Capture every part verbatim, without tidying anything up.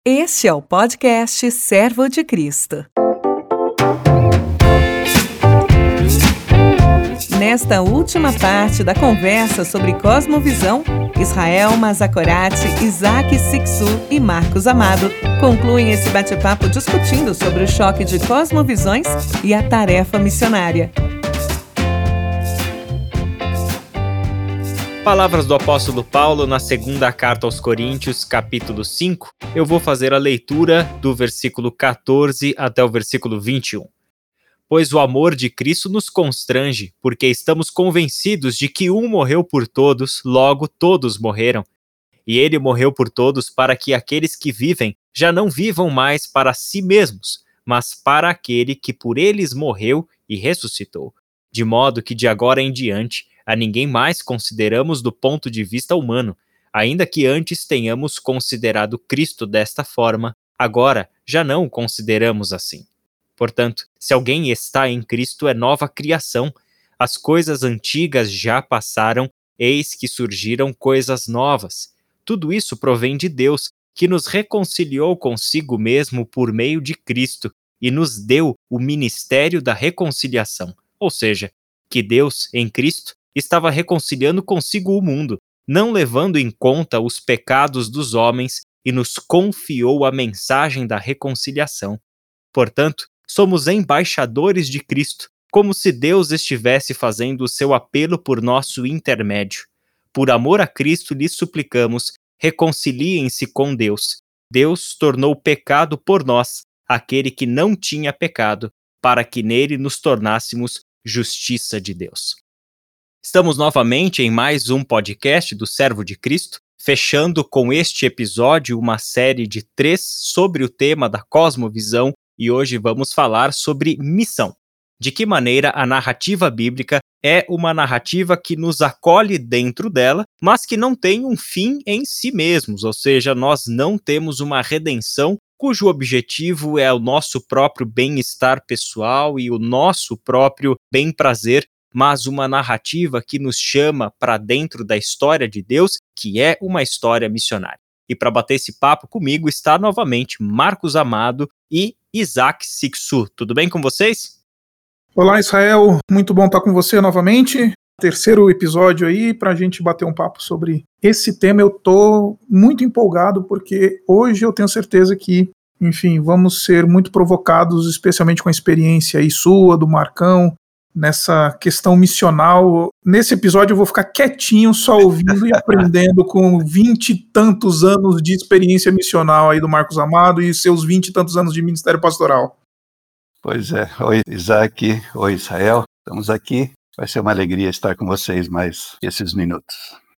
Este é o podcast Servo de Cristo. Nesta última parte da conversa sobre cosmovisão, Israel Mazakorati, Isaac Sixu e Marcos Amado concluem esse bate-papo discutindo sobre o choque de cosmovisões e a tarefa missionária. Palavras do apóstolo Paulo na segunda carta aos Coríntios, capítulo cinco. Eu vou fazer a leitura do versículo catorze até o versículo vinte e um. Pois o amor de Cristo nos constrange, porque estamos convencidos de que um morreu por todos, logo todos morreram. E ele morreu por todos para que aqueles que vivem já não vivam mais para si mesmos, mas para aquele que por eles morreu e ressuscitou. De modo que de agora em diante a ninguém mais consideramos do ponto de vista humano, ainda que antes tenhamos considerado Cristo desta forma, agora já não o consideramos assim. Portanto, se alguém está em Cristo, é nova criação. As coisas antigas já passaram, eis que surgiram coisas novas. Tudo isso provém de Deus, que nos reconciliou consigo mesmo por meio de Cristo e nos deu o ministério da reconciliação. Ou seja, que Deus, em Cristo, estava reconciliando consigo o mundo, não levando em conta os pecados dos homens, e nos confiou a mensagem da reconciliação. Portanto, somos embaixadores de Cristo, como se Deus estivesse fazendo o seu apelo por nosso intermédio. Por amor a Cristo lhes suplicamos, reconciliem-se com Deus. Deus tornou pecado por nós, aquele que não tinha pecado, para que nele nos tornássemos justiça de Deus. Estamos novamente em mais um podcast do Servo de Cristo, fechando com este episódio uma série de três sobre o tema da cosmovisão, e hoje vamos falar sobre missão. De que maneira a narrativa bíblica é uma narrativa que nos acolhe dentro dela, mas que não tem um fim em si mesmos, ou seja, nós não temos uma redenção cujo objetivo é o nosso próprio bem-estar pessoal e o nosso próprio bem-prazer, mas uma narrativa que nos chama para dentro da história de Deus, que é uma história missionária. E para bater esse papo comigo está novamente Marcos Amado e Isaac Sixu. Tudo bem com vocês? Olá, Israel. Muito bom estar com você novamente. Terceiro episódio aí para a gente bater um papo sobre esse tema. Eu tô muito empolgado porque hoje eu tenho certeza que, enfim, vamos ser muito provocados, especialmente com a experiência aí sua, do Marcão, nessa questão missional. Nesse episódio eu vou ficar quietinho, só ouvindo e aprendendo com vinte e tantos anos de experiência missional aí do Marcos Amado e seus vinte e tantos anos de ministério pastoral. Pois é. Oi, Isaac. Oi, Israel. Estamos aqui. Vai ser uma alegria estar com vocês mais esses minutos.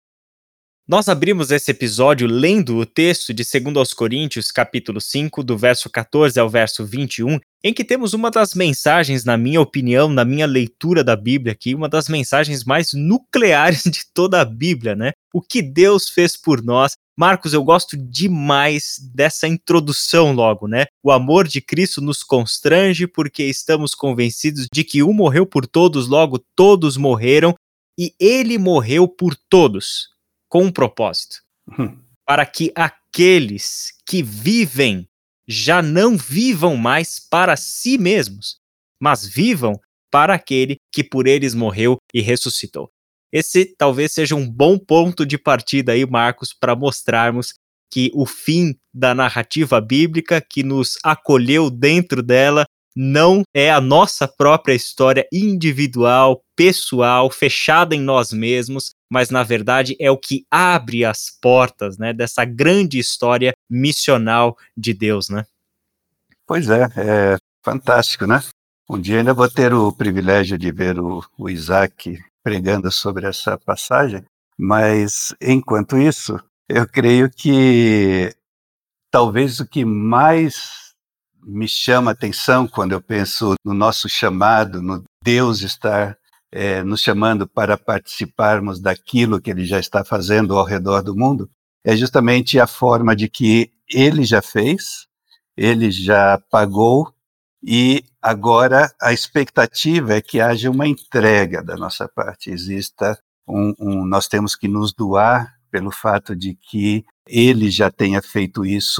Nós abrimos esse episódio lendo o texto de Segundo aos Coríntios, capítulo cinco, do verso catorze ao verso vinte e um, em que temos uma das mensagens, na minha opinião, na minha leitura da Bíblia aqui, uma das mensagens mais nucleares de toda a Bíblia, né? O que Deus fez por nós. Marcos, eu gosto demais dessa introdução logo, né? O amor de Cristo nos constrange porque estamos convencidos de que um morreu por todos, logo todos morreram, e ele morreu por todos, com um propósito, Uhum. para que aqueles que vivem já não vivam mais para si mesmos, mas vivam para aquele que por eles morreu e ressuscitou. Esse talvez seja um bom ponto de partida aí, Marcos, para mostrarmos que o fim da narrativa bíblica que nos acolheu dentro dela não é a nossa própria história individual, pessoal, fechada em nós mesmos, mas na verdade é o que abre as portas, né, dessa grande história missional de Deus, né? Pois é, é fantástico, né? Um dia ainda vou ter o privilégio de ver o, o Isaac pregando sobre essa passagem, mas enquanto isso, eu creio que talvez o que mais me chama a atenção quando eu penso no nosso chamado, no Deus estar é, nos chamando para participarmos daquilo que Ele já está fazendo ao redor do mundo, é justamente a forma de que Ele já fez, Ele já pagou, e agora a expectativa é que haja uma entrega da nossa parte, exista um, um, nós temos que nos doar pelo fato de que Ele já tenha feito isso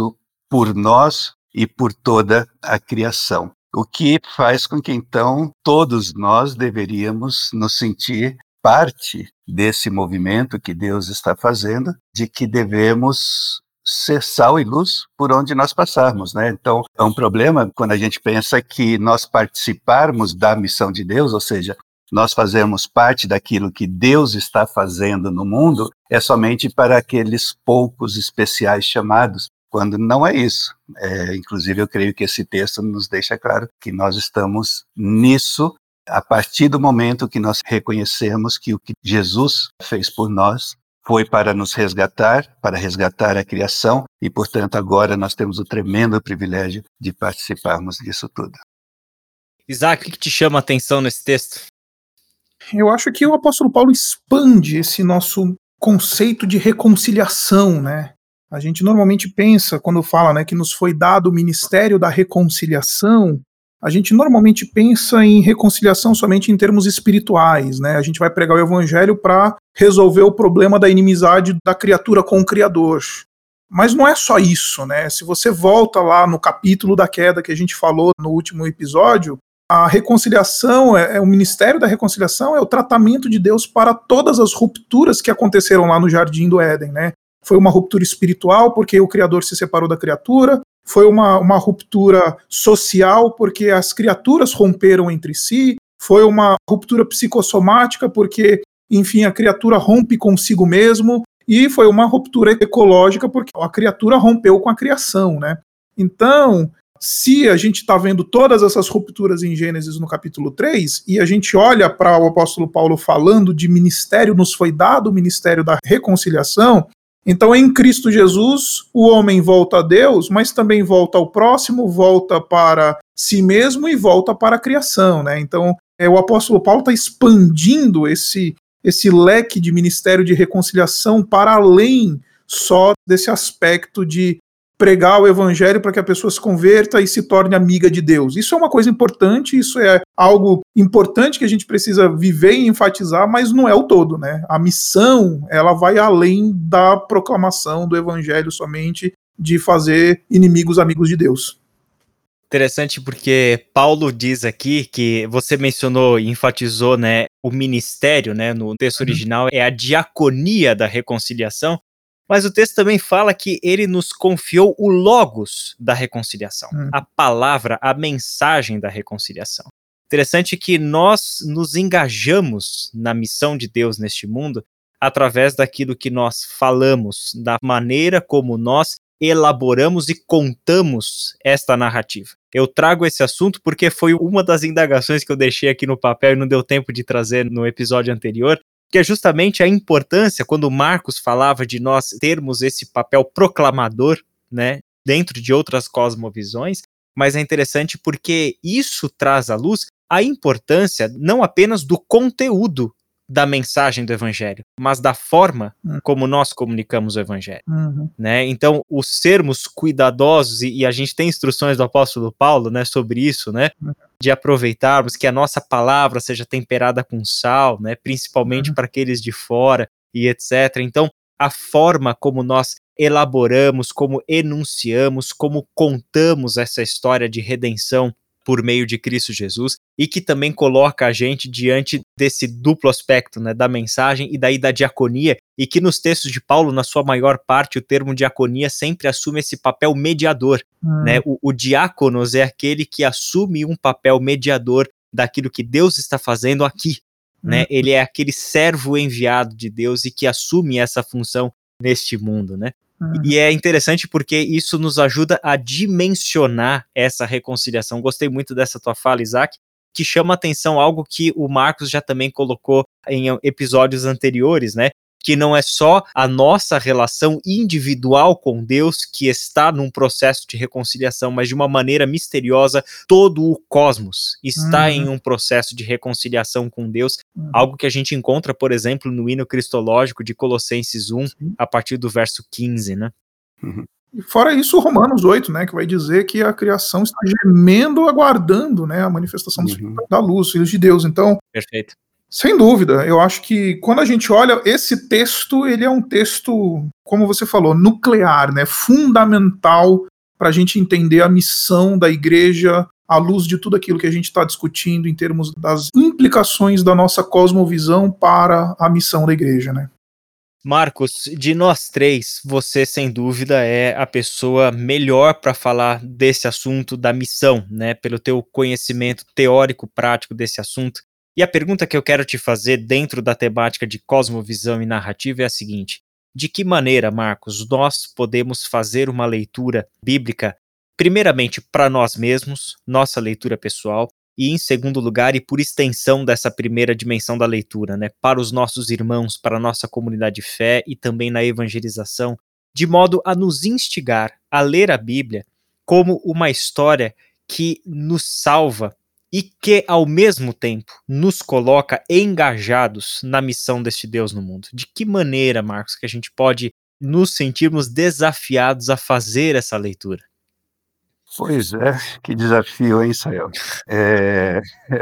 por nós e por toda a criação. O que faz com que, então, todos nós deveríamos nos sentir parte desse movimento que Deus está fazendo, de que devemos ser sal e luz por onde nós passarmos, né? Então, é um problema quando a gente pensa que nós participarmos da missão de Deus, ou seja, nós fazemos parte daquilo que Deus está fazendo no mundo, é somente para aqueles poucos especiais chamados, quando não é isso. É, inclusive, eu creio que esse texto nos deixa claro que nós estamos nisso a partir do momento que nós reconhecemos que o que Jesus fez por nós foi para nos resgatar, para resgatar a criação, e, portanto, agora nós temos o tremendo privilégio de participarmos disso tudo. Isaac, o que te chama a atenção nesse texto? Eu acho que o apóstolo Paulo expande esse nosso conceito de reconciliação, né? A gente normalmente pensa, quando fala, né, que nos foi dado o ministério da reconciliação, a gente normalmente pensa em reconciliação somente em termos espirituais, né? A gente vai pregar o evangelho para resolver o problema da inimizade da criatura com o Criador. Mas não é só isso, né? Se você volta lá no capítulo da queda que a gente falou no último episódio, a reconciliação, é, é o ministério da reconciliação é o tratamento de Deus para todas as rupturas que aconteceram lá no Jardim do Éden, né? Foi uma ruptura espiritual, porque o Criador se separou da criatura. Foi uma, uma ruptura social, porque as criaturas romperam entre si. Foi uma ruptura psicossomática, porque, enfim, a criatura rompe consigo mesmo. E foi uma ruptura ecológica, porque a criatura rompeu com a criação, né? Então, se a gente está vendo todas essas rupturas em Gênesis no capítulo três, e a gente olha para o apóstolo Paulo falando de ministério, nos foi dado o ministério da reconciliação. Então, em Cristo Jesus, o homem volta a Deus, mas também volta ao próximo, volta para si mesmo e volta para a criação, né? Então, é, o apóstolo Paulo está expandindo esse, esse leque de ministério de reconciliação para além só desse aspecto de pregar o evangelho para que a pessoa se converta e se torne amiga de Deus. Isso é uma coisa importante, isso é algo importante que a gente precisa viver e enfatizar, mas não é o todo, né? A missão, ela vai além da proclamação do evangelho somente de fazer inimigos amigos de Deus. Interessante porque Paulo diz aqui que você mencionou e enfatizou, né, o ministério, né, no texto original é a diaconia da reconciliação. Mas o texto também fala que ele nos confiou o logos da reconciliação, hum. a palavra, a mensagem da reconciliação. Interessante que nós nos engajamos na missão de Deus neste mundo através daquilo que nós falamos, da maneira como nós elaboramos e contamos esta narrativa. Eu trago esse assunto porque foi uma das indagações que eu deixei aqui no papel e não deu tempo de trazer no episódio anterior, que é justamente a importância, quando Marcos falava de nós termos esse papel proclamador, né, dentro de outras cosmovisões, mas é interessante porque isso traz à luz a importância não apenas do conteúdo da mensagem do evangelho, mas da forma uhum. como nós comunicamos o evangelho. Uhum. Né? Então, os sermos cuidadosos, e, e a gente tem instruções do apóstolo Paulo, né, sobre isso, né, uhum. de aproveitarmos que a nossa palavra seja temperada com sal, né, principalmente uhum. para aqueles de fora e etcétera. Então, a forma como nós elaboramos, como enunciamos, como contamos essa história de redenção por meio de Cristo Jesus, e que também coloca a gente diante desse duplo aspecto, né, da mensagem e daí da diaconia, e que nos textos de Paulo, na sua maior parte, o termo diaconia sempre assume esse papel mediador. Hum. Né? O, o diáconos é aquele que assume um papel mediador daquilo que Deus está fazendo aqui. Hum. Né? Ele é aquele servo enviado de Deus e que assume essa função neste mundo, né? E é interessante porque isso nos ajuda a dimensionar essa reconciliação. Gostei muito dessa tua fala, Isaac, que chama atenção algo que o Marcos já também colocou em episódios anteriores, né? Que não é só a nossa relação individual com Deus que está num processo de reconciliação, mas de uma maneira misteriosa, todo o cosmos está uhum. em um processo de reconciliação com Deus, uhum. algo que a gente encontra, por exemplo, no hino cristológico de Colossenses um, Sim. a partir do verso quinze, né? Uhum. E fora isso, Romanos oito, né, que vai dizer que a criação está gemendo, aguardando, né, a manifestação uhum. da luz, filhos de Deus. Então, perfeito. Sem dúvida, eu acho que quando a gente olha esse texto, ele é um texto, como você falou, nuclear, né, fundamental para a gente entender a missão da igreja à luz de tudo aquilo que a gente está discutindo em termos das implicações da nossa cosmovisão para a missão da igreja, né? Marcos, de nós três, você sem dúvida é a pessoa melhor para falar desse assunto da missão, né? Pelo teu conhecimento teórico prático desse assunto. E a pergunta que eu quero te fazer dentro da temática de cosmovisão e narrativa é a seguinte: de que maneira, Marcos, nós podemos fazer uma leitura bíblica, primeiramente para nós mesmos, nossa leitura pessoal, e em segundo lugar, e por extensão dessa primeira dimensão da leitura, né, para os nossos irmãos, para a nossa comunidade de fé e também na evangelização, de modo a nos instigar a ler a Bíblia como uma história que nos salva e que, ao mesmo tempo, nos coloca engajados na missão deste Deus no mundo. De que maneira, Marcos, que a gente pode nos sentirmos desafiados a fazer essa leitura? Pois é, que desafio, hein, Israel? É...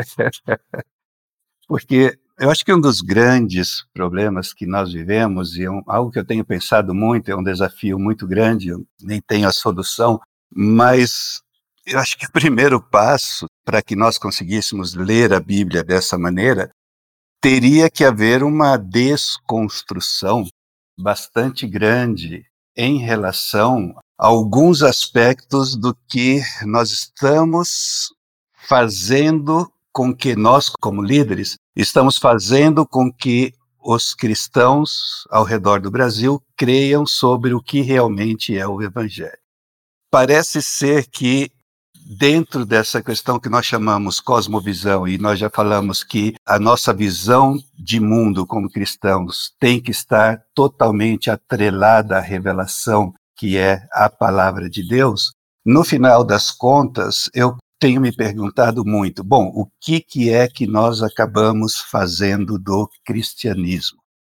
Porque eu acho que um dos grandes problemas que nós vivemos, e é um, algo que eu tenho pensado muito, é um desafio muito grande, eu nem tenho a solução, mas eu acho que o primeiro passo para que nós conseguíssemos ler a Bíblia dessa maneira, teria que haver uma desconstrução bastante grande em relação a alguns aspectos do que nós estamos fazendo com que nós, como líderes, estamos fazendo com que os cristãos ao redor do Brasil creiam sobre o que realmente é o Evangelho. Parece ser que dentro dessa questão que nós chamamos cosmovisão, e nós já falamos que a nossa visão de mundo como cristãos tem que estar totalmente atrelada à revelação, que é a palavra de Deus, no final das contas, eu tenho me perguntado muito, bom, o que, que é que nós acabamos fazendo do cristianismo?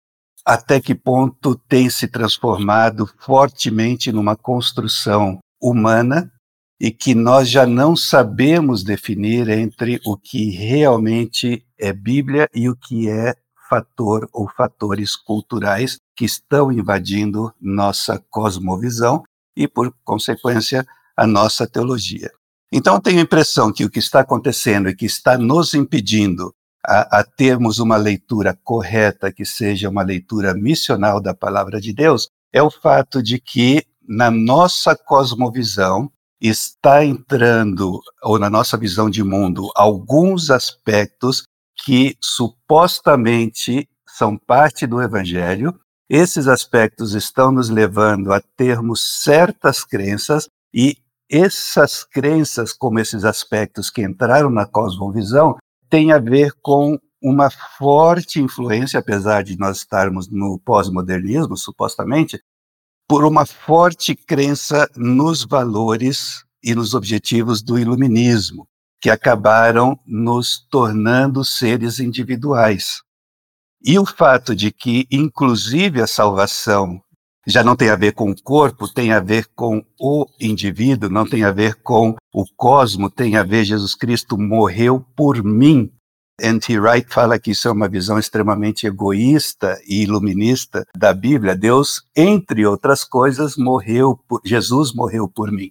Até que ponto tem se transformado fortemente numa construção humana e que nós já não sabemos definir entre o que realmente é Bíblia e o que é fator ou fatores culturais que estão invadindo nossa cosmovisão e, por consequência, a nossa teologia. Então, eu tenho a impressão que o que está acontecendo e que está nos impedindo a, a termos uma leitura correta, que seja uma leitura missional da palavra de Deus, é o fato de que, na nossa cosmovisão, está entrando, ou na nossa visão de mundo, alguns aspectos que supostamente são parte do Evangelho. Esses aspectos estão nos levando a termos certas crenças e essas crenças, como esses aspectos que entraram na cosmovisão, têm a ver com uma forte influência, apesar de nós estarmos no pós-modernismo, supostamente, por uma forte crença nos valores e nos objetivos do iluminismo, que acabaram nos tornando seres individuais. E o fato de que, inclusive, a salvação já não tem a ver com o corpo, tem a ver com o indivíduo, não tem a ver com o cosmo, tem a ver, Jesus Cristo morreu por mim. N T Wright fala que isso é uma visão extremamente egoísta e iluminista da Bíblia. Deus, entre outras coisas, morreu, por, Jesus morreu por mim.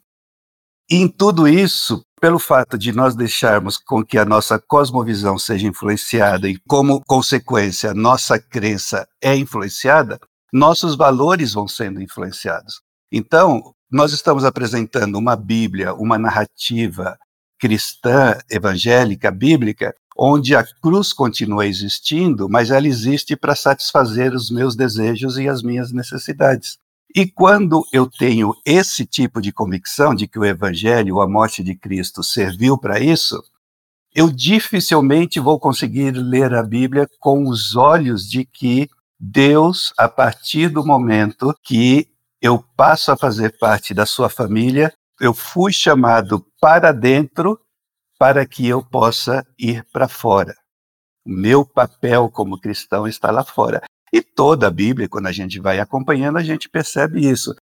E em tudo isso, pelo fato de nós deixarmos com que a nossa cosmovisão seja influenciada e, como consequência, a nossa crença é influenciada, nossos valores vão sendo influenciados. Então, nós estamos apresentando uma Bíblia, uma narrativa cristã, evangélica, bíblica, onde a cruz continua existindo, mas ela existe para satisfazer os meus desejos e as minhas necessidades. E quando eu tenho esse tipo de convicção de que o Evangelho, a morte de Cristo, serviu para isso, eu dificilmente vou conseguir ler a Bíblia com os olhos de que Deus, a partir do momento que eu passo a fazer parte da sua família, eu fui chamado para dentro para que eu possa ir para fora. O meu papel como cristão está lá fora. E toda a Bíblia, quando a gente vai acompanhando, a gente percebe isso.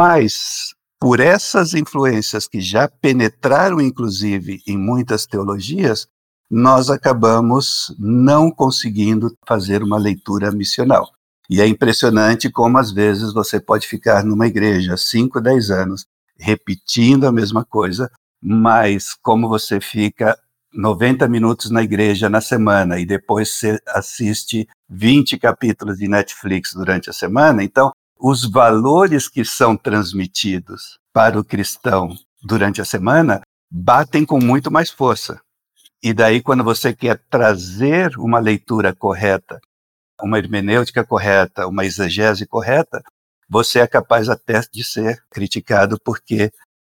Mas, por essas influências que já penetraram, inclusive, em muitas teologias, nós acabamos não conseguindo fazer uma leitura missional. E é impressionante como, às vezes, você pode ficar numa igreja cinco, dez anos, repetindo a mesma coisa, mas como você fica noventa minutos na igreja na semana e depois você assiste vinte capítulos de Netflix durante a semana, então os valores que são transmitidos para o cristão durante a semana batem com muito mais força. E daí, quando você quer trazer uma leitura correta, uma hermenêutica correta, uma exegese correta, você é capaz até de ser criticado porque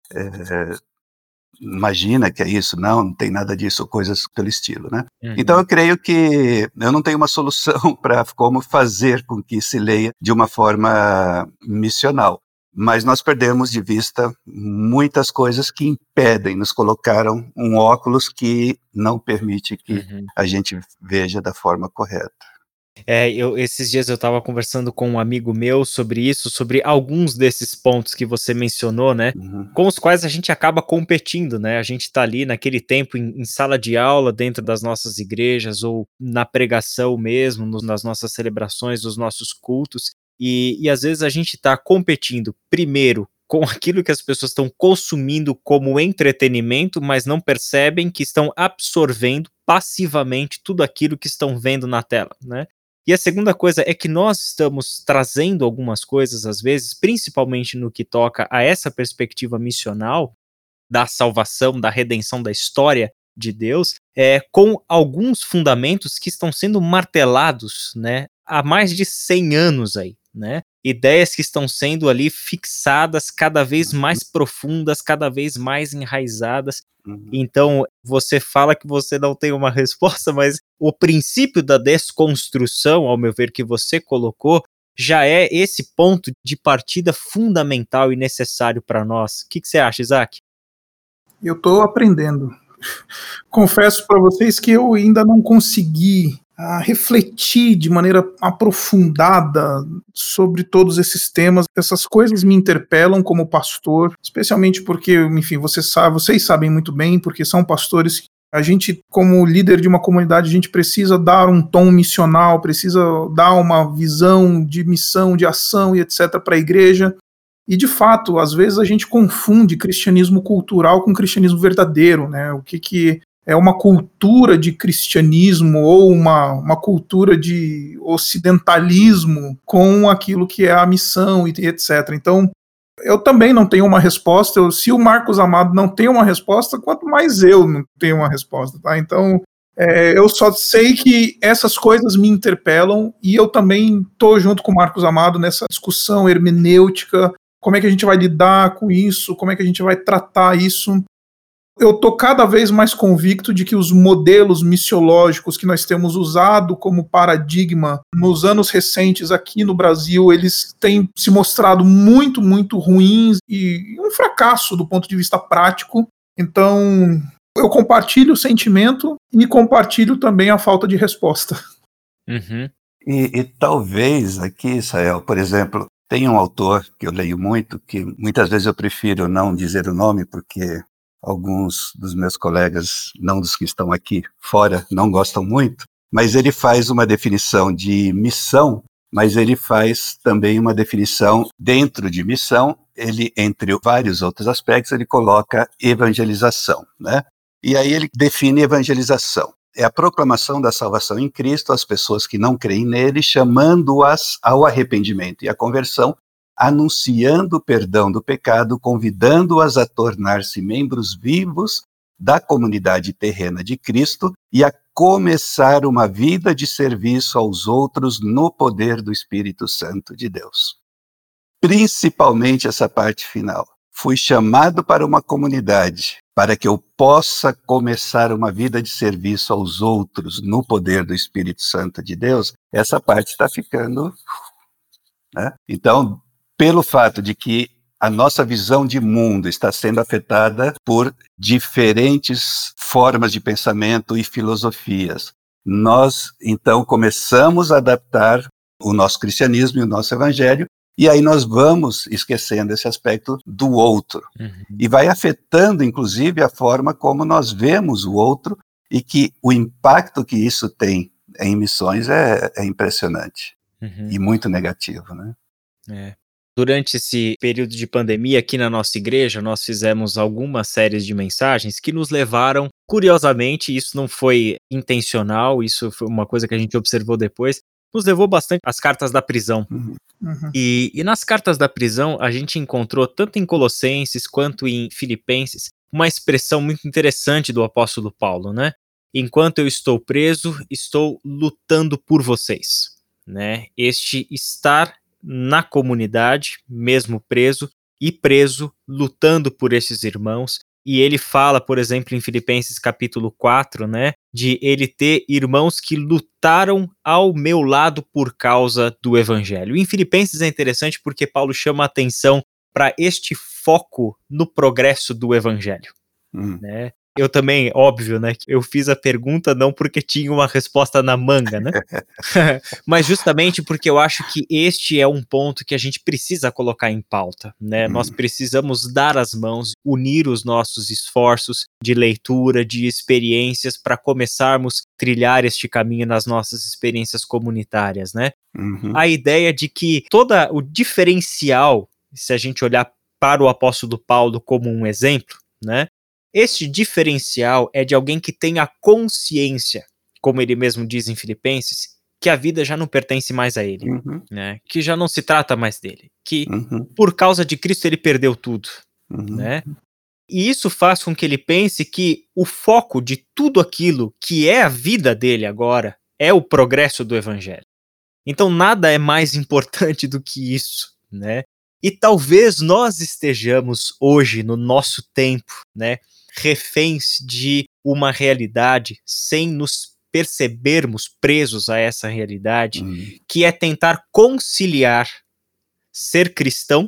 é, imagina que é isso, não, não tem nada disso, coisas pelo estilo, né? Uhum. Então eu creio que eu não tenho uma solução para como fazer com que se leia de uma forma missional, mas nós perdemos de vista muitas coisas que impedem, nos colocaram um óculos que não permite que uhum. a gente veja da forma correta. É, eu, esses dias eu estava conversando com um amigo meu sobre isso, sobre alguns desses pontos que você mencionou, né, uhum. com os quais a gente acaba competindo, né, a gente está ali naquele tempo em, em sala de aula dentro das nossas igrejas ou na pregação mesmo, no, nas nossas celebrações, nos nossos cultos, e, e às vezes a gente está competindo primeiro com aquilo que as pessoas estão consumindo como entretenimento, mas não percebem que estão absorvendo passivamente tudo aquilo que estão vendo na tela, né? E a segunda coisa é que nós estamos trazendo algumas coisas, às vezes, principalmente no que toca a essa perspectiva missional, da salvação, da redenção da história de Deus, é, com alguns fundamentos que estão sendo martelados, né, há mais de cem anos aí, né? Ideias que estão sendo ali fixadas cada vez mais profundas, cada vez mais enraizadas. Então, você fala que você não tem uma resposta, mas o princípio da desconstrução, ao meu ver, que você colocou, já é esse ponto de partida fundamental e necessário para nós. O que, que você acha, Isaac? Eu estou aprendendo. Confesso para vocês que eu ainda não consegui a refletir de maneira aprofundada sobre todos esses temas. Essas coisas me interpelam como pastor, especialmente porque, enfim, você sabe, vocês sabem muito bem, porque são pastores que a gente, como líder de uma comunidade, a gente precisa dar um tom missional, precisa dar uma visão de missão, de ação e etcétera para a igreja. E, de fato, às vezes a gente confunde cristianismo cultural com cristianismo verdadeiro, né? O que que é uma cultura de cristianismo ou uma, uma cultura de ocidentalismo com aquilo que é a missão e etcétera. Então, eu também não tenho uma resposta. Eu, se o Marcos Amado não tem uma resposta, quanto mais eu não tenho uma resposta, tá? Então, é, eu só sei que essas coisas me interpelam e eu também estou junto com o Marcos Amado nessa discussão hermenêutica. Como é que a gente vai lidar com isso? Como é que a gente vai tratar isso? Eu estou cada vez mais convicto de que os modelos missiológicos que nós temos usado como paradigma nos anos recentes aqui no Brasil, eles têm se mostrado muito, muito ruins e um fracasso do ponto de vista prático. Então, eu compartilho o sentimento e compartilho também a falta de resposta. Uhum. E, e talvez aqui, Israel, por exemplo, tem um autor que eu leio muito, que muitas vezes eu prefiro não dizer o nome, porque alguns dos meus colegas, não dos que estão aqui fora, não gostam muito, mas ele faz uma definição de missão, mas ele faz também uma definição dentro de missão, ele, entre vários outros aspectos, ele coloca evangelização, né? E aí ele define evangelização. É a proclamação da salvação em Cristo às pessoas que não creem nele, chamando-as ao arrependimento e à conversão, anunciando o perdão do pecado, convidando-as a tornar-se membros vivos da comunidade terrena de Cristo e a começar uma vida de serviço aos outros no poder do Espírito Santo de Deus. Principalmente essa parte final. Fui chamado para uma comunidade para que eu possa começar uma vida de serviço aos outros no poder do Espírito Santo de Deus. Essa parte está ficando, né? Então, pelo fato de que a nossa visão de mundo está sendo afetada por diferentes formas de pensamento e filosofias, nós, então, começamos a adaptar o nosso cristianismo e o nosso evangelho, e aí nós vamos esquecendo esse aspecto do outro. Uhum. E vai afetando, inclusive, a forma como nós vemos o outro, e que o impacto que isso tem em missões é, é impressionante. Uhum. E muito negativo, né? É. Durante esse período de pandemia, aqui na nossa igreja, nós fizemos algumas séries de mensagens que nos levaram, curiosamente, isso não foi intencional, isso foi uma coisa que a gente observou depois, nos levou bastante às cartas da prisão. Uhum. E, e nas cartas da prisão, a gente encontrou, tanto em Colossenses quanto em Filipenses, uma expressão muito interessante do apóstolo Paulo, né? Enquanto eu estou preso, estou lutando por vocês, né? Este estar na comunidade, mesmo preso, e preso, lutando por esses irmãos. E ele fala, por exemplo, em Filipenses capítulo quatro, né, de ele ter irmãos que lutaram ao meu lado por causa do evangelho. E em Filipenses é interessante porque Paulo chama a atenção para este foco no progresso do evangelho, Hum. né? Eu também, óbvio, né, eu fiz a pergunta não porque tinha uma resposta na manga, né, mas justamente porque eu acho que este é um ponto que a gente precisa colocar em pauta, né, Hum. nós precisamos dar as mãos, unir os nossos esforços de leitura, de experiências, para começarmos a trilhar este caminho nas nossas experiências comunitárias, né. Uhum. A ideia de que todo o diferencial, se a gente olhar para o apóstolo Paulo como um exemplo, né, este diferencial é de alguém que tem a consciência, como ele mesmo diz em Filipenses, que a vida já não pertence mais a ele, Uhum. né? Que já não se trata mais dele, que Uhum. por causa de Cristo ele perdeu tudo, Uhum. né? E isso faz com que ele pense que o foco de tudo aquilo que é a vida dele agora é o progresso do evangelho. Então nada é mais importante do que isso, né? E talvez nós estejamos hoje, no nosso tempo, né, reféns de uma realidade sem nos percebermos presos a essa realidade, Uhum. que é tentar conciliar ser cristão,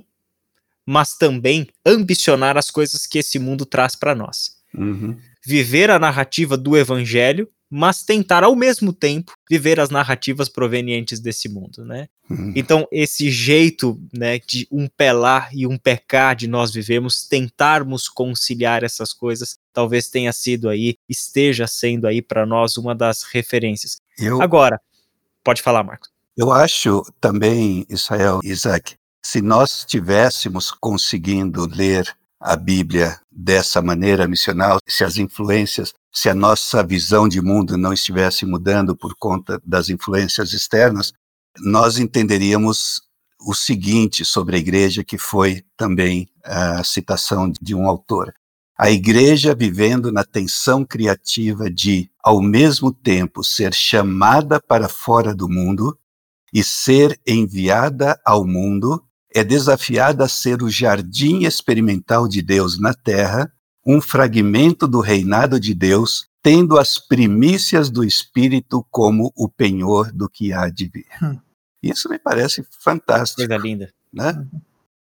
mas também ambicionar as coisas que esse mundo traz para nós. Uhum. Viver a narrativa do evangelho, mas tentar ao mesmo tempo viver as narrativas provenientes desse mundo, né? Uhum. Então esse jeito, né, de um pé lá e um pé cá de nós vivemos, tentarmos conciliar essas coisas, talvez tenha sido aí, esteja sendo aí para nós uma das referências. Eu, Agora, pode falar, Marcos. eu acho também, Israel, Isaac, se nós estivéssemos conseguindo ler a Bíblia dessa maneira missional, se as influências, se a nossa visão de mundo não estivesse mudando por conta das influências externas, nós entenderíamos o seguinte sobre a igreja, que foi também a citação de um autor. A igreja vivendo na tensão criativa de, ao mesmo tempo, ser chamada para fora do mundo e ser enviada ao mundo, é desafiada a ser o jardim experimental de Deus na terra, um fragmento do reinado de Deus, tendo as primícias do Espírito como o penhor do que há de vir. Hum. Isso me parece fantástico. Coisa linda. Né? Uhum.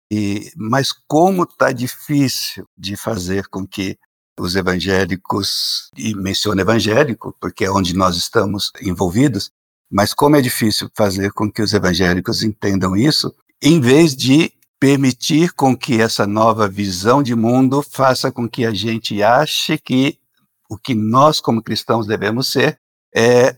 E, mas como está difícil de fazer com que os evangélicos, e menciono evangélico, porque é onde nós estamos envolvidos, mas como é difícil fazer com que os evangélicos entendam isso, em vez de permitir com que essa nova visão de mundo faça com que a gente ache que o que nós como cristãos devemos ser é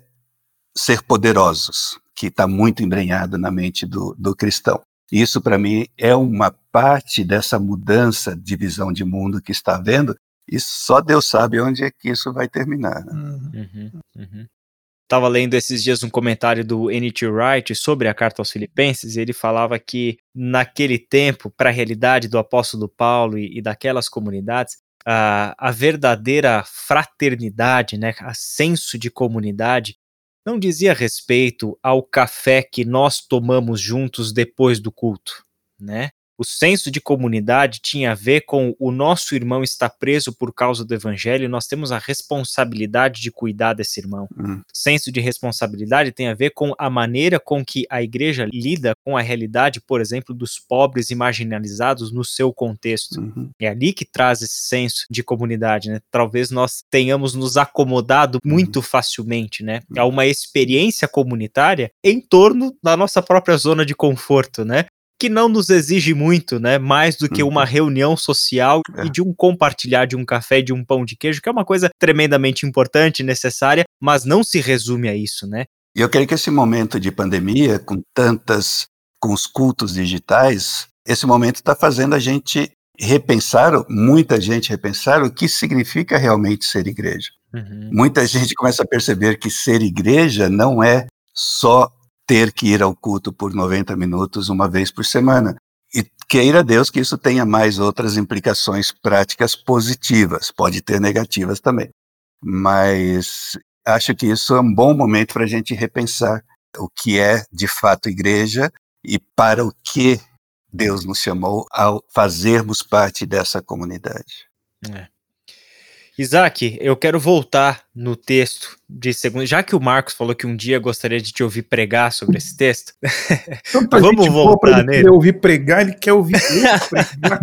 ser poderosos, que está muito embrenhado na mente do, do cristão. Isso, para mim, é uma parte dessa mudança de visão de mundo que está havendo, e só Deus sabe onde é que isso vai terminar. Né? Uhum. Uhum, uhum. Estava lendo esses dias um comentário do N T Wright sobre a carta aos Filipenses, e ele falava que naquele tempo, para a realidade do apóstolo Paulo e, e daquelas comunidades, a, a verdadeira fraternidade, né, a senso de comunidade, não dizia respeito ao café que nós tomamos juntos depois do culto, né? O senso de comunidade tinha a ver com o nosso irmão estar preso por causa do evangelho e nós temos a responsabilidade de cuidar desse irmão. Hum. Senso de responsabilidade tem a ver com a maneira com que a igreja lida com a realidade, por exemplo, dos pobres e marginalizados no seu contexto. Uhum. É ali que traz esse senso de comunidade, né? Talvez nós tenhamos nos acomodado muito Uhum. facilmente, né, a uma experiência comunitária em torno da nossa própria zona de conforto, né? Que não nos exige muito, né, mais do que uma reunião social É. e de um compartilhar de um café e de um pão de queijo, que é uma coisa tremendamente importante, necessária, mas não se resume a isso, né? E eu creio que esse momento de pandemia, com tantas, com os cultos digitais, esse momento está fazendo a gente repensar, muita gente repensar o que significa realmente ser igreja. Uhum. Muita gente começa a perceber que ser igreja não é só ter que ir ao culto por noventa minutos uma vez por semana. E queira Deus que isso tenha mais outras implicações práticas positivas, pode ter negativas também. Mas acho que isso é um bom momento para a gente repensar o que é de fato igreja e para o que Deus nos chamou ao fazermos parte dessa comunidade. É. Isaac, eu quero voltar no texto de segundo, já que o Marcos falou que um dia gostaria de te ouvir pregar sobre esse texto, vamos voltar nele. Ele quer ouvir pregar, ele quer ouvir pregar.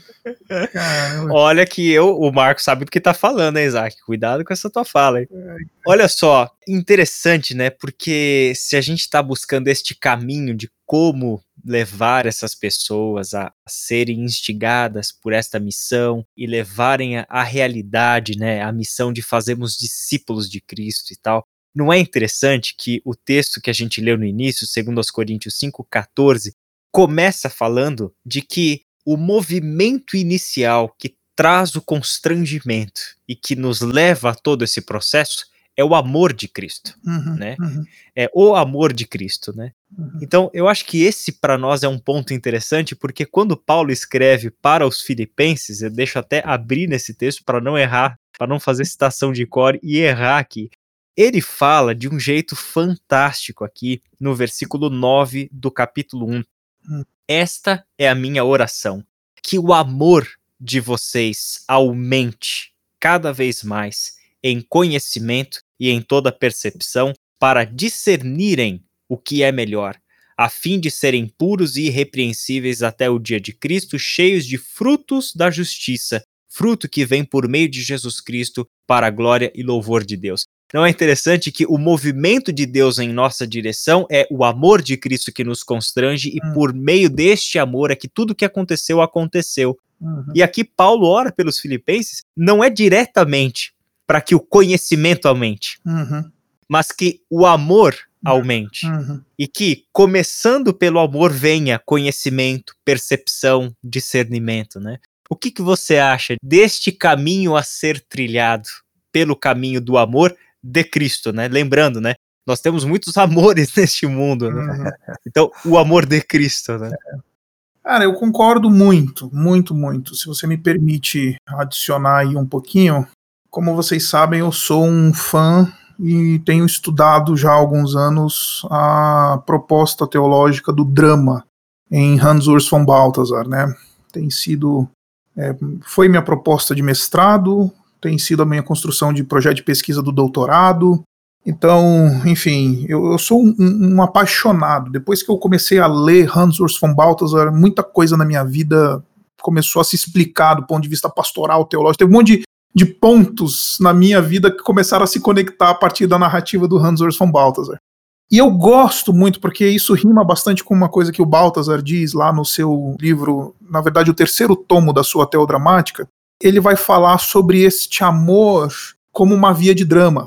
Caramba. Olha que eu, o Marcos sabe do que tá falando, hein, Isaac? Cuidado com essa tua fala, hein? Olha só, interessante, né? Porque se a gente tá buscando este caminho de como levar essas pessoas a serem instigadas por esta missão e levarem a, a realidade, né? A missão de fazermos discípulos de Cristo e tal. Não é interessante que o texto que a gente leu no início, segundo aos Coríntios cinco, quatorze, começa falando de que o movimento inicial que traz o constrangimento e que nos leva a todo esse processo é o amor de Cristo, Uhum, né? uhum, É o amor de Cristo, né? uhum. Então, eu acho que esse para nós é um ponto interessante, porque quando Paulo escreve para os filipenses, eu deixo até abrir nesse texto para não errar, para não fazer citação de cor e errar aqui. Ele fala de um jeito fantástico aqui no versículo nove do capítulo um. Hum. Esta é a minha oração, que o amor de vocês aumente cada vez mais em conhecimento e em toda percepção para discernirem o que é melhor, a fim de serem puros e irrepreensíveis até o dia de Cristo, cheios de frutos da justiça, fruto que vem por meio de Jesus Cristo para a glória e louvor de Deus. Não é interessante que o movimento de Deus em nossa direção é o amor de Cristo que nos constrange e Hum. por meio deste amor é que tudo que aconteceu, aconteceu. Uhum. E aqui Paulo ora pelos filipenses, não é diretamente para que o conhecimento aumente, Uhum. mas que o amor aumente. Uhum. E que, começando pelo amor, venha conhecimento, percepção, discernimento, né? O que, que você acha deste caminho a ser trilhado pelo caminho do amor de Cristo, né? Lembrando, né? Nós temos muitos amores neste mundo, né? Uhum. Então, o amor de Cristo, né? Cara, eu concordo muito, muito, muito. Se você me permite adicionar aí um pouquinho, como vocês sabem, eu sou um fã e tenho estudado já há alguns anos a proposta teológica do drama em Hans Urs von Balthasar, né? Tem sido, é, foi minha proposta de mestrado, tem sido a minha construção de projeto de pesquisa do doutorado. Então, enfim, eu, eu sou um, um apaixonado. Depois que eu comecei a ler Hans Urs von Balthasar, muita coisa na minha vida começou a se explicar do ponto de vista pastoral, teológico. Teve um monte de, de pontos na minha vida que começaram a se conectar a partir da narrativa do Hans Urs von Balthasar. E eu gosto muito, porque isso rima bastante com uma coisa que o Balthasar diz lá no seu livro, na verdade o terceiro tomo da sua Teodramática. Ele vai falar sobre este amor como uma via de drama,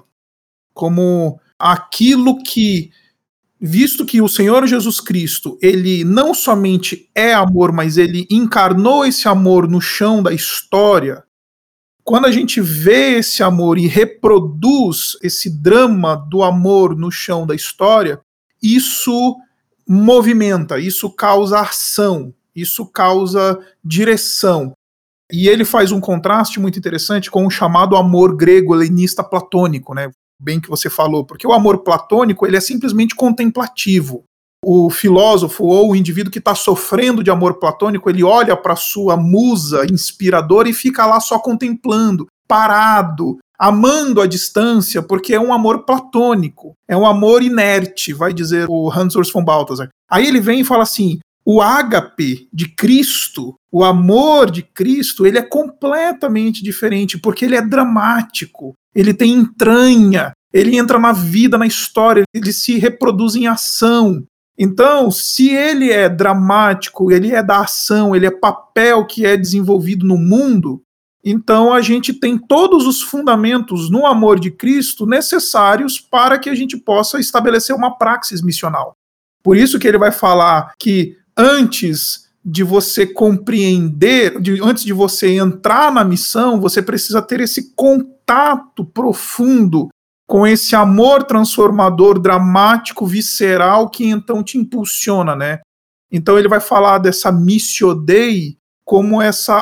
como aquilo que, visto que o Senhor Jesus Cristo, ele não somente é amor, mas ele encarnou esse amor no chão da história, quando a gente vê esse amor e reproduz esse drama do amor no chão da história, isso movimenta, isso causa ação, isso causa direção. E ele faz um contraste muito interessante com o chamado amor grego helenista platônico, né? Bem que você falou, porque o amor platônico ele é simplesmente contemplativo. O filósofo ou o indivíduo que está sofrendo de amor platônico, ele olha para sua musa inspiradora e fica lá só contemplando, parado, amando à distância, porque é um amor platônico, é um amor inerte, vai dizer o Hans Urs von Balthasar. Aí ele vem e fala assim, o ágape de Cristo, o amor de Cristo, ele é completamente diferente, porque ele é dramático, ele tem entranha, ele entra na vida, na história, ele se reproduz em ação. Então, se ele é dramático, ele é da ação, ele é papel que é desenvolvido no mundo, então a gente tem todos os fundamentos no amor de Cristo necessários para que a gente possa estabelecer uma praxis missional. Por isso que ele vai falar que antes de você compreender, de, antes de você entrar na missão, você precisa ter esse contato profundo com esse amor transformador, dramático, visceral, que então te impulsiona, né? Então ele vai falar dessa missio Dei como essa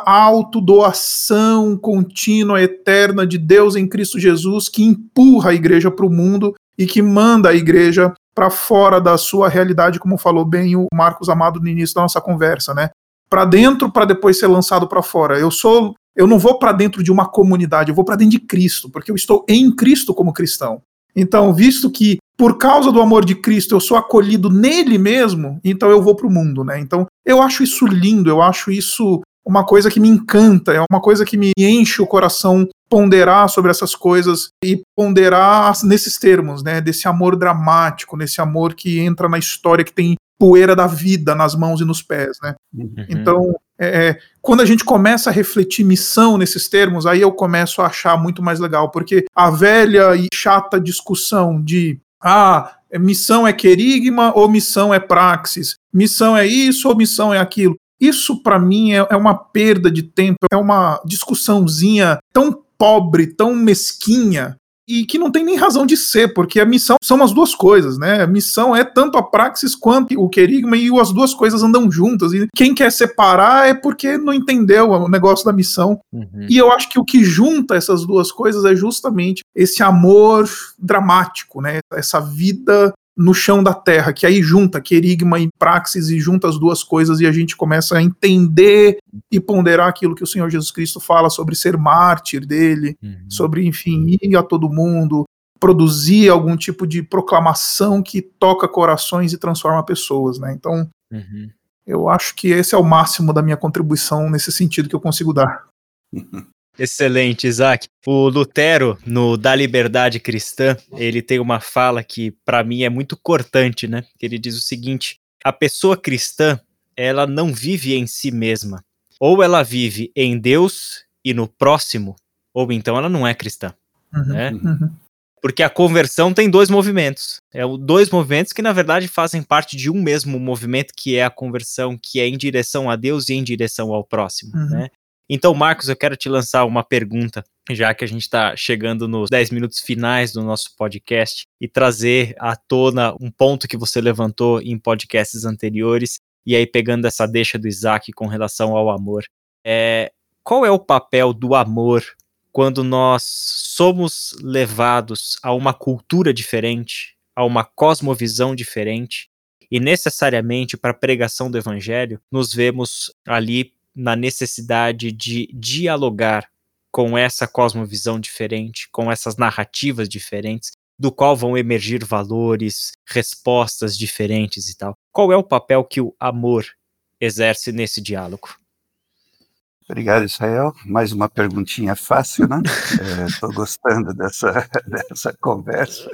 autodoação contínua, eterna de Deus em Cristo Jesus, que empurra a igreja para o mundo e que manda a igreja para fora da sua realidade, como falou bem o Marcos Amado no início da nossa conversa, né? Para dentro, para depois ser lançado para fora. Eu sou, eu não vou para dentro de uma comunidade, eu vou para dentro de Cristo, porque eu estou em Cristo como cristão. Então, visto que por causa do amor de Cristo eu sou acolhido nele mesmo, então eu vou para o mundo, né? Então, eu acho isso lindo, eu acho isso uma coisa que me encanta, é uma coisa que me enche o coração ponderar sobre essas coisas e ponderar nesses termos, né? Desse amor dramático, nesse amor que entra na história, que tem poeira da vida nas mãos e nos pés, né? Uhum. Então, é, quando a gente começa a refletir missão nesses termos, aí eu começo a achar muito mais legal, porque a velha e chata discussão de ah, missão é querigma ou missão é praxis, missão é isso ou missão é aquilo, isso para mim é, é uma perda de tempo, é uma discussãozinha tão pobre, tão mesquinha, e que não tem nem razão de ser, porque a missão são as duas coisas, né? A missão é tanto a praxis quanto o querigma, e as duas coisas andam juntas, e quem quer separar é porque não entendeu o negócio da missão. Uhum. E eu acho que o que junta essas duas coisas é justamente esse amor dramático, né? Essa vida no chão da terra, que aí junta querigma e praxis e junta as duas coisas e a gente começa a entender e ponderar aquilo que o Senhor Jesus Cristo fala sobre ser mártir dele, uhum. sobre, enfim, ir a todo mundo, produzir algum tipo de proclamação que toca corações e transforma pessoas, né? Então, uhum. eu acho que esse é o máximo da minha contribuição nesse sentido que eu consigo dar. Excelente, Isaac. O Lutero, no Da Liberdade Cristã, ele tem uma fala que, para mim, é muito cortante, né? Ele diz o seguinte: a pessoa cristã, ela não vive em si mesma. Ou ela vive em Deus e no próximo, ou então ela não é cristã, uhum, né? Uhum. Porque a conversão tem dois movimentos. É dois movimentos que, na verdade, fazem parte de um mesmo movimento, que é a conversão, que é em direção a Deus e em direção ao próximo, uhum. né? Então, Marcos, eu quero te lançar uma pergunta, já que a gente está chegando nos dez minutos finais do nosso podcast, e trazer à tona um ponto que você levantou em podcasts anteriores, e aí pegando essa deixa do Isaac com relação ao amor. É, qual é o papel do amor quando nós somos levados a uma cultura diferente, a uma cosmovisão diferente, e necessariamente para a pregação do evangelho, nos vemos ali na necessidade de dialogar com essa cosmovisão diferente, com essas narrativas diferentes, do qual vão emergir valores, respostas diferentes e tal. Qual é o papel que o amor exerce nesse diálogo? Obrigado, Israel. Mais uma perguntinha fácil, né? Estou é, gostando dessa, dessa conversa.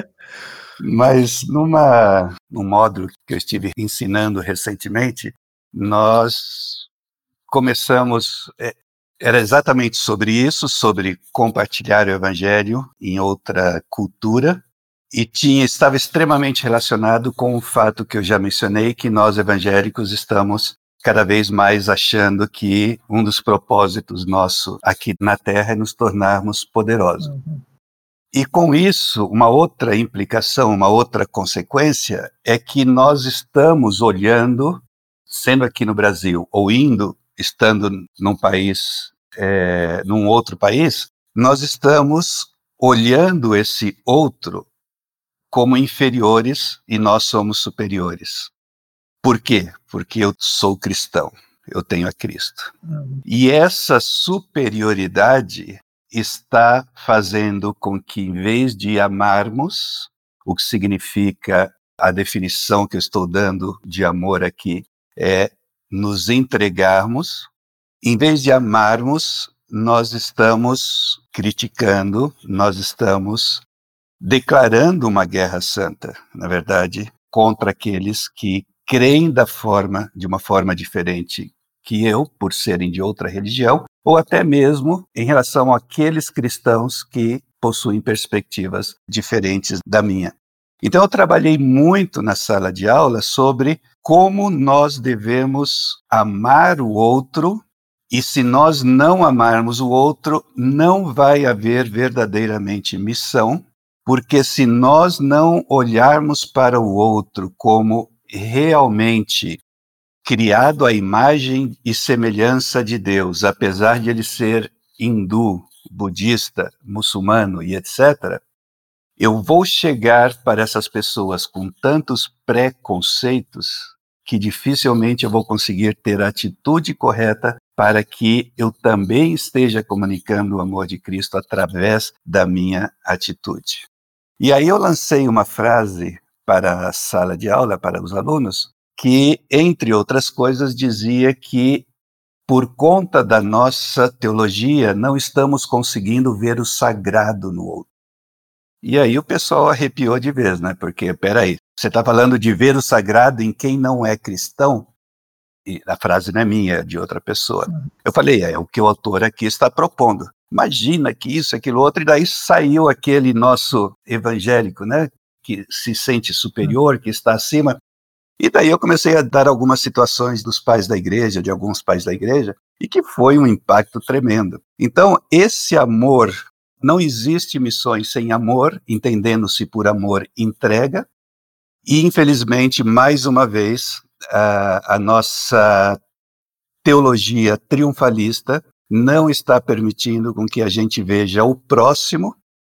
Mas numa, num módulo que eu estive ensinando recentemente, nós começamos, era exatamente sobre isso, sobre compartilhar o evangelho em outra cultura, e tinha, estava extremamente relacionado com o fato que eu já mencionei, que nós evangélicos estamos cada vez mais achando que um dos propósitos nosso aqui na Terra é nos tornarmos poderosos. Uhum. E com isso, uma outra implicação, uma outra consequência, é que nós estamos olhando, sendo aqui no Brasil, ou indo, estando num país, é, num outro país, nós estamos olhando esse outro como inferiores e nós somos superiores. Por quê? Porque eu sou cristão, eu tenho a Cristo. Uhum. E essa superioridade está fazendo com que, em vez de amarmos, o que significa a definição que eu estou dando de amor aqui, é nos entregarmos, em vez de amarmos, nós estamos criticando, nós estamos declarando uma guerra santa, na verdade, contra aqueles que creem da forma, de uma forma diferente que eu, por serem de outra religião, ou até mesmo em relação àqueles cristãos que possuem perspectivas diferentes da minha. Então eu trabalhei muito na sala de aula sobre como nós devemos amar o outro, e se nós não amarmos o outro, não vai haver verdadeiramente missão, porque se nós não olharmos para o outro como realmente criado à imagem e semelhança de Deus, apesar de ele ser hindu, budista, muçulmano e etcétera, eu vou chegar para essas pessoas com tantos preconceitos que dificilmente eu vou conseguir ter a atitude correta para que eu também esteja comunicando o amor de Cristo através da minha atitude. E aí eu lancei uma frase para a sala de aula, para os alunos, que, entre outras coisas, dizia que, por conta da nossa teologia, não estamos conseguindo ver o sagrado no outro. E aí o pessoal arrepiou de vez, né? Porque, peraí, você está falando de ver o sagrado em quem não é cristão? E a frase não é minha, é de outra pessoa. Eu falei, é o que o autor aqui está propondo. Imagina que isso, aquilo, outro, e daí saiu aquele nosso evangélico, né? Que se sente superior, que está acima. E daí eu comecei a dar algumas situações dos pais da igreja, de alguns pais da igreja, e que foi um impacto tremendo. Então, esse amor, não existe missões sem amor, entendendo-se por amor entrega, e infelizmente, mais uma vez, a, a nossa teologia triunfalista não está permitindo com que a gente veja o próximo,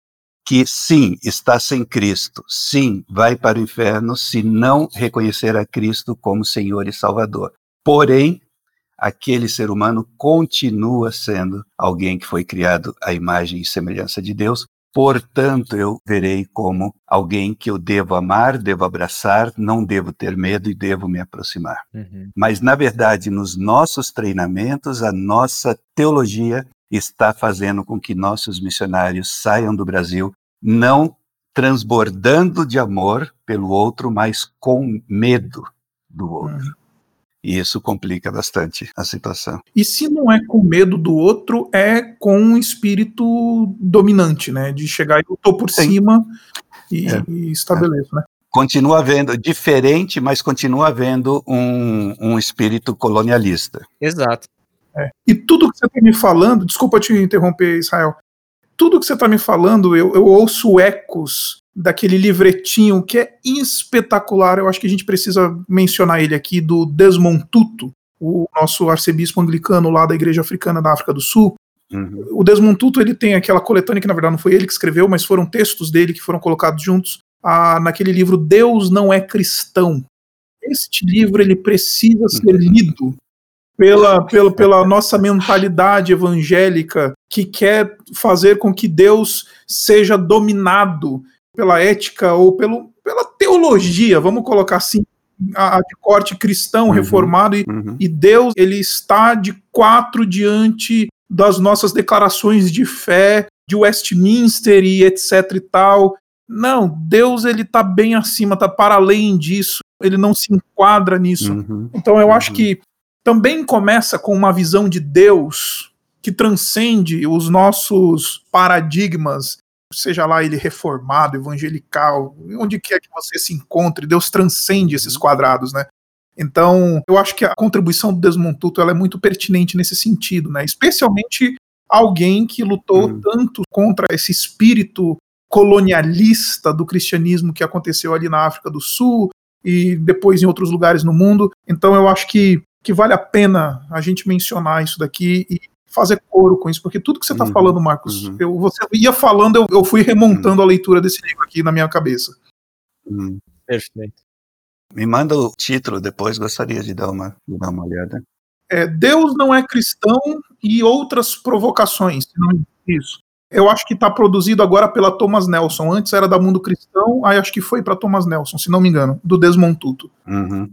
que sim, está sem Cristo, sim, vai para o inferno se não reconhecer a Cristo como Senhor e Salvador. Porém, aquele ser humano continua sendo alguém que foi criado à imagem e semelhança de Deus, portanto, eu verei como alguém que eu devo amar, devo abraçar, não devo ter medo e devo me aproximar. Uhum. Mas, na verdade, nos nossos treinamentos, a nossa teologia está fazendo com que nossos missionários saiam do Brasil não transbordando de amor pelo outro, mas com medo do outro. Uhum. E isso complica bastante a situação. E se não é com medo do outro, é com um espírito dominante, né? De chegar e eu tô por Sim. cima e, é. e estabeleço, é. né? Continua havendo, diferente, mas continua havendo um, um espírito colonialista. Exato. É. E tudo que você está me falando, desculpa te interromper, Israel, tudo que você está me falando, eu, eu ouço ecos daquele livretinho que é espetacular, eu acho que a gente precisa mencionar ele aqui, do Desmond Tutu, o nosso arcebispo anglicano lá da Igreja Africana da África do Sul. Uhum. O Desmond Tutu, ele tem aquela coletânea que na verdade não foi ele que escreveu, mas foram textos dele que foram colocados juntos ah, naquele livro Deus Não É Cristão. Este livro ele precisa ser lido Pela, pela, pela nossa mentalidade evangélica que quer fazer com que Deus seja dominado pela ética ou pelo, pela teologia, vamos colocar assim, a, a de corte cristão, uhum, reformado, e, uhum. e Deus ele está de quatro diante das nossas declarações de fé, de Westminster e etc e tal. Não, Deus ele está bem acima, está para além disso, ele não se enquadra nisso. Uhum. Então eu uhum. acho que também começa com uma visão de Deus que transcende os nossos paradigmas, seja lá ele reformado, evangelical, onde quer que você se encontre, Deus transcende esses quadrados, né? Então, eu acho que a contribuição do Desmond Tutu ela é muito pertinente nesse sentido, né? Especialmente alguém que lutou hum. tanto contra esse espírito colonialista do cristianismo que aconteceu ali na África do Sul e depois em outros lugares no mundo. Então, eu acho que que vale a pena a gente mencionar isso daqui e fazer coro com isso, porque tudo que você está uhum, falando, Marcos, uhum. eu, você ia falando, eu, eu fui remontando uhum. a leitura desse livro aqui na minha cabeça. Uhum. Perfeito. Me manda o título depois, gostaria de dar uma, de dar uma olhada. É, Deus Não É Cristão e Outras Provocações. Isso. Eu acho que está produzido agora pela Thomas Nelson. Antes era da Mundo Cristão, aí acho que foi para Thomas Nelson, se não me engano, do Desmond Tutu. Uhum.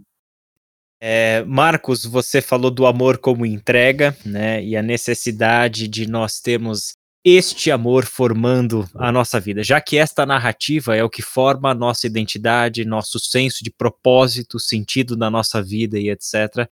É, Marcos, você falou do amor como entrega, né, e a necessidade de nós termos este amor formando a nossa vida, já que esta narrativa é o que forma a nossa identidade, nosso senso de propósito, sentido da nossa vida e etcétera.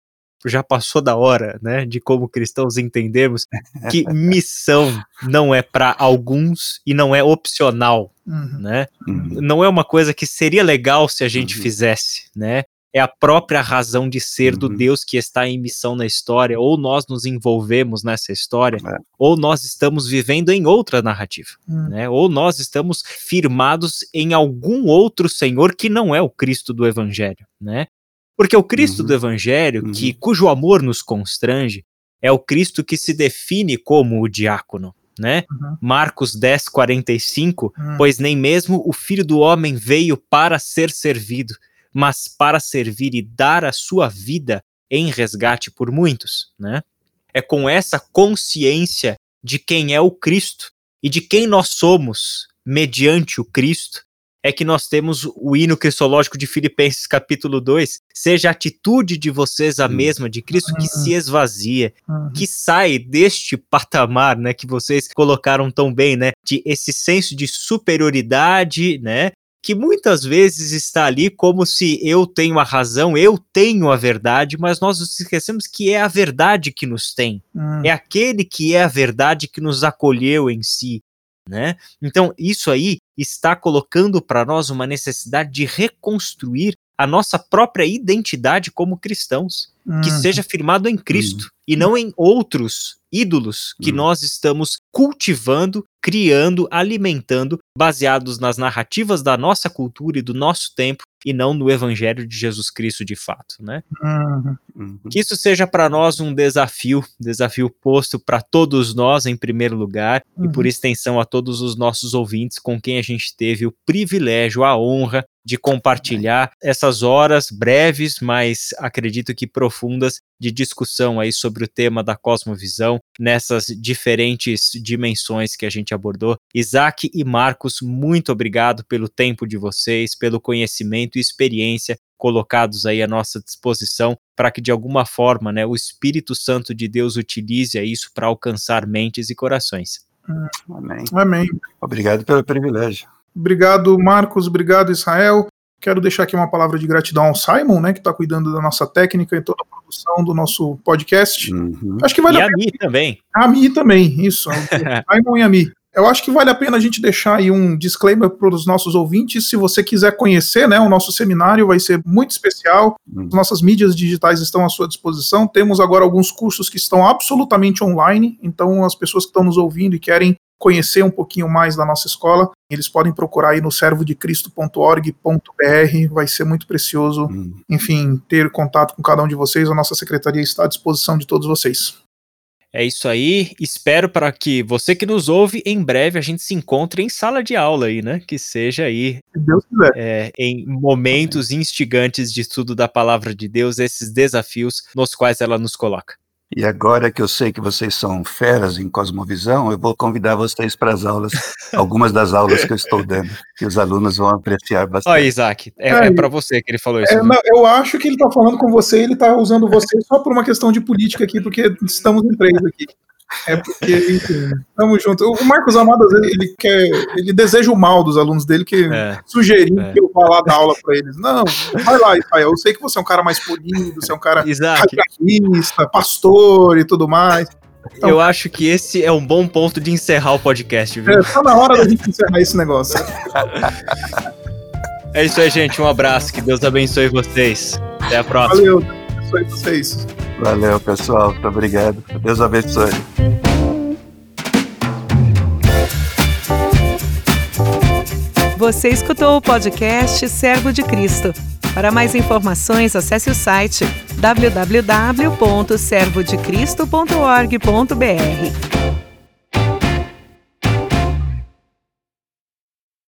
já passou da hora, né, de como cristãos entendermos que missão não é para alguns e não é opcional, uhum. né? Uhum. Não é uma coisa que seria legal se a gente uhum. fizesse, né? É a própria razão de ser uhum. do Deus que está em missão na história, ou nós nos envolvemos nessa história, é. ou nós estamos vivendo em outra narrativa, uhum. né? Ou nós estamos firmados em algum outro Senhor que não é o Cristo do Evangelho, né? Porque o Cristo uhum. do Evangelho, uhum. que, cujo amor nos constrange, é o Cristo que se define como o diácono, né? Uhum. Marcos dez, quarenta e cinco, uhum. pois nem mesmo o Filho do Homem veio para ser servido, mas para servir e dar a sua vida em resgate por muitos, né? É com essa consciência de quem é o Cristo e de quem nós somos mediante o Cristo, é que nós temos o hino cristológico de Filipenses capítulo dois, seja a atitude de vocês a mesma de Cristo que se esvazia, uhum. que sai deste patamar, né, que vocês colocaram tão bem, né, de esse senso de superioridade, né, que muitas vezes está ali como se eu tenho a razão, eu tenho a verdade, mas nós nos esquecemos que é a verdade que nos tem, uhum. é aquele que é a verdade que nos acolheu em si, né? Então isso aí está colocando para nós uma necessidade de reconstruir a nossa própria identidade como cristãos, uhum. que seja firmado em Cristo uhum. e não em outros ídolos que uhum. nós estamos cultivando, criando, alimentando, baseados nas narrativas da nossa cultura e do nosso tempo, e não no Evangelho de Jesus Cristo de fato, né? Uhum. Que isso seja para nós um desafio, desafio posto para todos nós em primeiro lugar, uhum. e por extensão a todos os nossos ouvintes com quem a gente teve o privilégio, a honra de compartilhar essas horas breves, mas acredito que profundas, de discussão aí sobre o tema da cosmovisão, nessas diferentes dimensões que a gente abordou. Isaac e Marcos, muito obrigado pelo tempo de vocês, pelo conhecimento e experiência colocados aí à nossa disposição, para que de alguma forma, né, o Espírito Santo de Deus utilize isso para alcançar mentes e corações. Amém. Amém. Obrigado pelo privilégio. Obrigado, Marcos. Obrigado, Israel. Quero deixar aqui uma palavra de gratidão ao Simon, né, que está cuidando da nossa técnica e toda a produção do nosso podcast. Uhum. Acho que vale e a, a pena... Mi também. A Mi também, isso. Simon e a Mi. Eu acho que vale a pena a gente deixar aí um disclaimer para os nossos ouvintes. Se você quiser conhecer, né, o nosso seminário vai ser muito especial. As nossas mídias digitais estão à sua disposição. Temos agora alguns cursos que estão absolutamente online. Então, as pessoas que estão nos ouvindo e querem conhecer um pouquinho mais da nossa escola, eles podem procurar aí no servo de cristo ponto org ponto b r, vai ser muito precioso, hum. enfim, ter contato com cada um de vocês. A nossa secretaria está à disposição de todos vocês. É isso aí, espero para que você que nos ouve, em breve a gente se encontre em sala de aula aí, né, que seja aí, se Deus quiser, é, em momentos instigantes de estudo da palavra de Deus, esses desafios nos quais ela nos coloca. E agora que eu sei que vocês são feras em cosmovisão, eu vou convidar vocês para as aulas, algumas das aulas que eu estou dando, que os alunos vão apreciar bastante. Ó, Isaac, é, é, é para você que ele falou isso. É, não, eu acho que ele está falando com você, ele está usando você só por uma questão de política aqui, porque estamos em três aqui. É porque, enfim, estamos juntos. O Marcos Amado, ele quer, ele deseja o mal dos alunos dele, que é, sugeriu é. que eu vá lá dar aula para eles. Não, vai lá, Israel. Eu sei que você é um cara mais polido, você é um cara radialista, pastor e tudo mais. Então, eu acho que esse é um bom ponto de encerrar o podcast, viu? É, tá na hora da gente encerrar esse negócio. É isso aí, gente. Um abraço. Que Deus abençoe vocês. Até a próxima. Valeu. Deus abençoe vocês. Valeu, pessoal. Muito obrigado. Deus abençoe. Você escutou o podcast Servo de Cristo. Para mais informações, acesse o site w w w ponto servo de cristo ponto org ponto b r.